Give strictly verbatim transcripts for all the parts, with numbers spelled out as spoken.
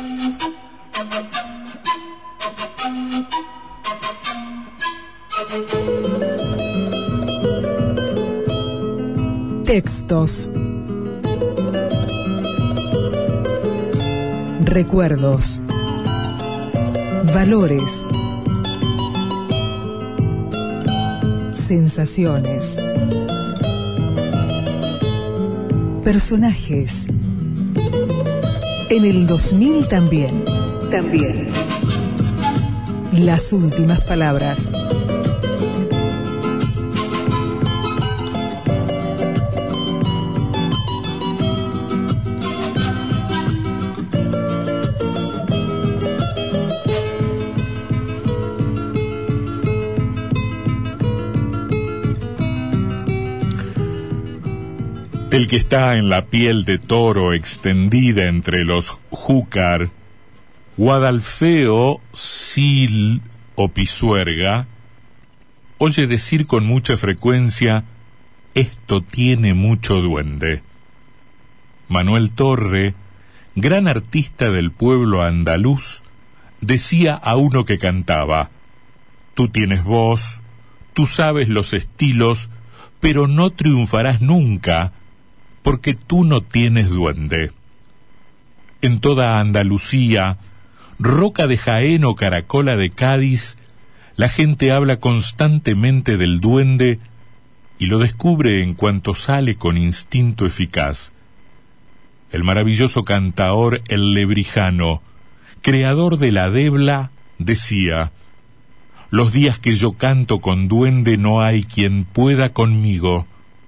Textos, recuerdos, valores, sensaciones, personajes. En el dos mil también. También. Las últimas palabras. El que está en la piel de toro extendida entre los júcar, Guadalfeo, Sil o Pisuerga, oye decir con mucha frecuencia: esto tiene mucho duende. Manuel Torre, gran artista del pueblo andaluz, decía a uno que cantaba: tú tienes voz, tú sabes los estilos, pero no triunfarás nunca, porque tú no tienes duende. En toda Andalucía, Roca de Jaén o Caracola de Cádiz, la gente habla constantemente del duende y lo descubre en cuanto sale con instinto eficaz. El maravilloso cantaor El Lebrijano, creador de la debla, decía: los días que yo canto con duende no hay quien pueda conmigo.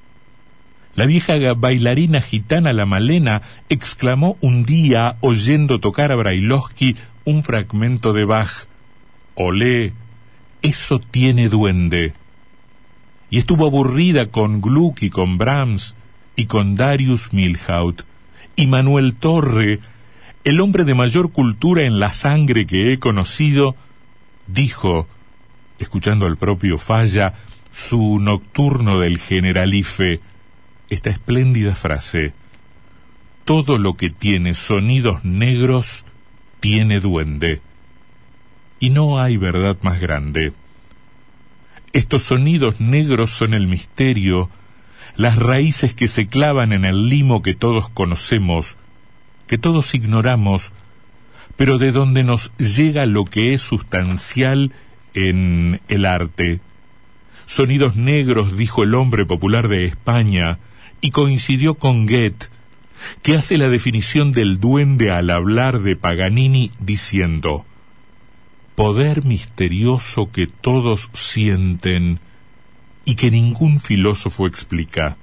La vieja bailarina gitana La Malena exclamó un día, oyendo tocar a Brailovsky un fragmento de Bach: olé, eso tiene duende. Y estuvo aburrida con Gluck y con Brahms y con Darius Milhaud. Y Manuel Torre, el hombre de mayor cultura en la sangre que he conocido, dijo, escuchando al propio Falla, su nocturno del Generalife, esta espléndida frase: todo lo que tiene sonidos negros tiene duende. Y no hay verdad más grande. Estos sonidos negros son el misterio, las raíces que se clavan en el limo que todos conocemos, que todos ignoramos, pero de donde nos llega lo que es sustancial en el arte. Sonidos negros, dijo el hombre popular de España, y coincidió con Goethe, que hace la definición del duende al hablar de Paganini diciendo: poder misterioso que todos sienten y que ningún filósofo explica.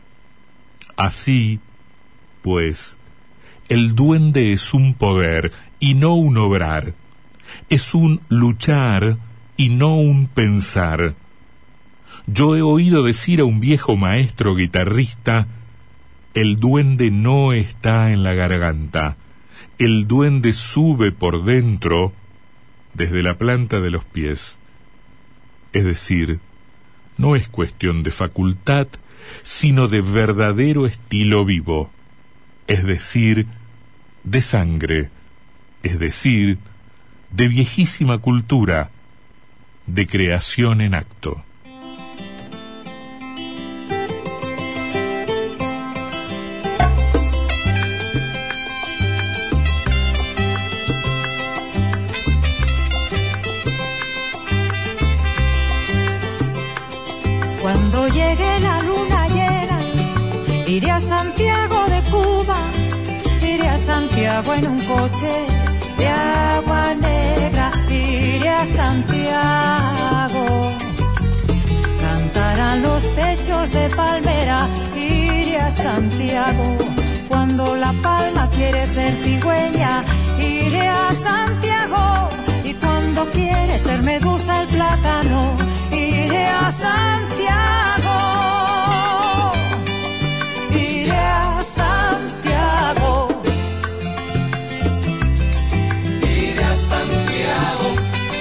Así, pues, el duende es un poder y no un obrar, es un luchar y no un pensar. Yo he oído decir a un viejo maestro guitarrista: el duende no está en la garganta, el duende sube por dentro desde la planta de los pies. Es decir, no es cuestión de facultad, sino de verdadero estilo vivo, es decir, de sangre, es decir, de viejísima cultura, de creación en acto. Cuando llegue la luna llena, iré a Santiago de Cuba, iré a Santiago en un coche de agua negra, iré a Santiago. Cantarán los techos de palmera, iré a Santiago. Cuando la palma quiere ser cigüeña, iré a Santiago. Y cuando quiere ser medusa el plátano, iré a Santiago, iré a Santiago, iré a Santiago,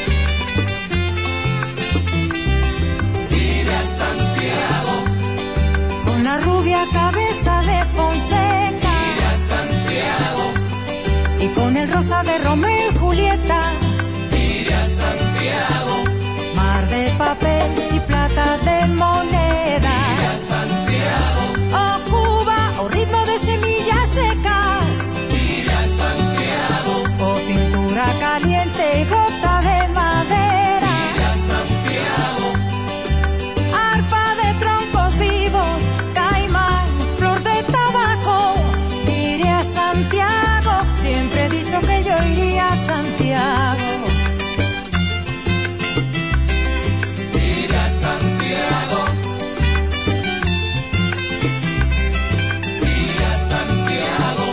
iré a Santiago, con la rubia cabeza de Fonseca, iré a Santiago, y con con el rosa de Romeo y Julieta. Iré a Santiago, Mar de papel y plata de moneda. iré a Santiago, Oh Cuba, oh ritmo de semillas secas. iré a Santiago, Oh cintura caliente y gota de madera. iré a Santiago, Arpa de troncos vivos, caimán, flor de tabaco. Iré a Santiago, siempre he dicho que yo iría a Santiago. iré a Santiago, iré a Santiago,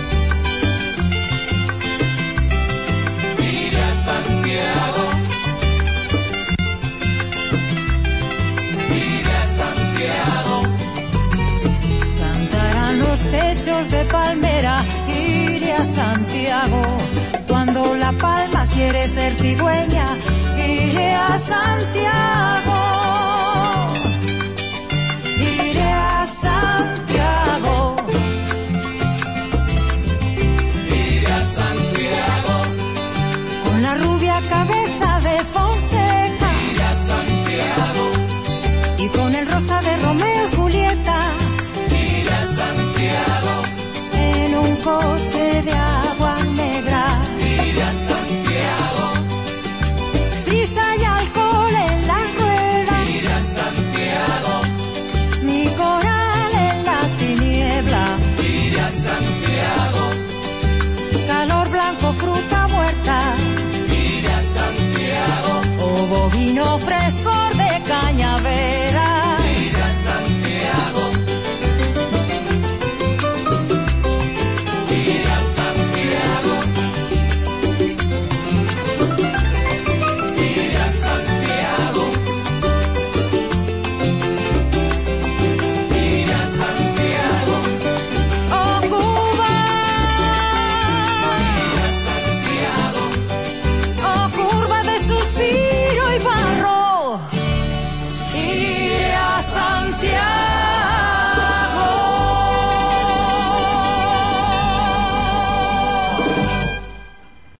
iré a Santiago, iré a Santiago, Cantarán los techos de palmera, iré a Santiago. Cuando la palma quiere ser cigüeña, iré a Santiago. Iré a Santiago. iré a Santiago, Con la rubia cabeza de Fonseca iré a Santiago, y con el rosa de Romeo y Julieta. iré a Santiago, En un coche de agua negra, iré a Santiago, prisa y alcohol en las ruedas, iré a Santiago, mi coral en la tiniebla, iré a Santiago, calor blanco, fruta muerta, iré a Santiago, o bovino frescor de cañaveral.